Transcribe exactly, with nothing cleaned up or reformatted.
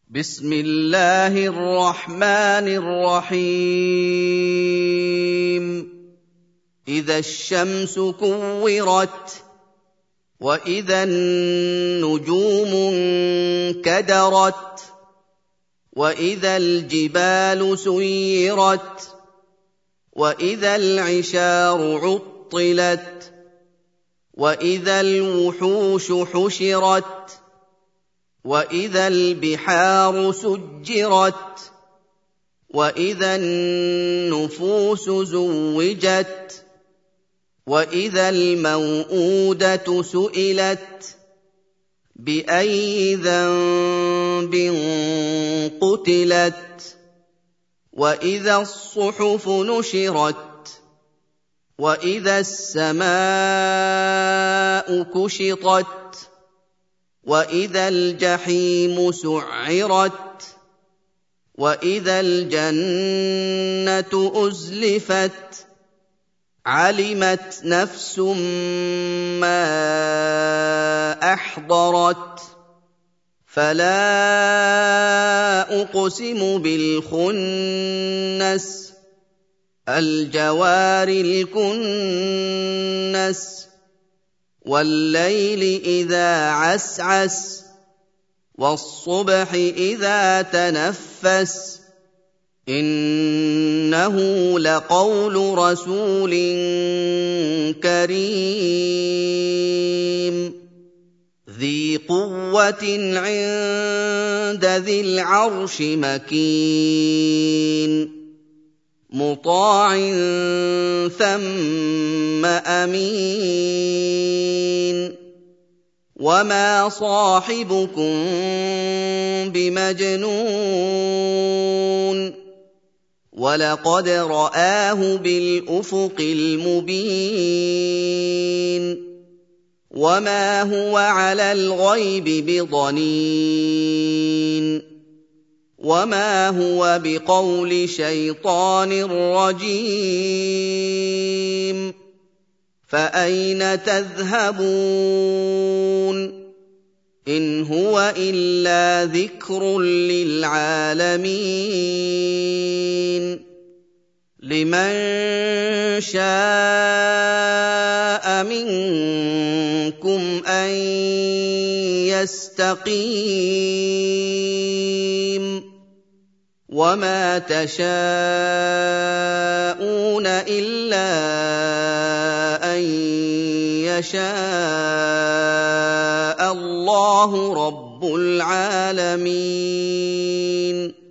بسم الله الرحمن الرحيم إذا الشمس كورت وإذا النجوم انكدرت وإذا الجبال سيرت وإذا العشار عطلت وإذا الوحوش حشرت وإذا البحار سجرت وإذا النفوس زوجت وإذا الموءودة سئلت بأي ذنب قتلت وإذا الصحف نشرت وإذا السماء كشطت وإذا الجحيم سعرت وإذا الجنة أزلفت علمت نفس ما أحضرت فلا أقسم بالخنس الجوار الكنس والليل إذا عسعس والصبح إذا تنفس إنه لقول رسول كريم ذي قوة عند ذي العرش مكين مطاع ثم أمين وما صاحبكم بمجنون ولقد رآه بالأفق المبين وما هو على الغيب بضنين وما هو بقول شيطان رجيم فأين تذهبون إن هو إلا ذكر للعالمين لمن شاء منكم أن يستقيم وما تشاءون إلا أن يشاء الله رب العالمين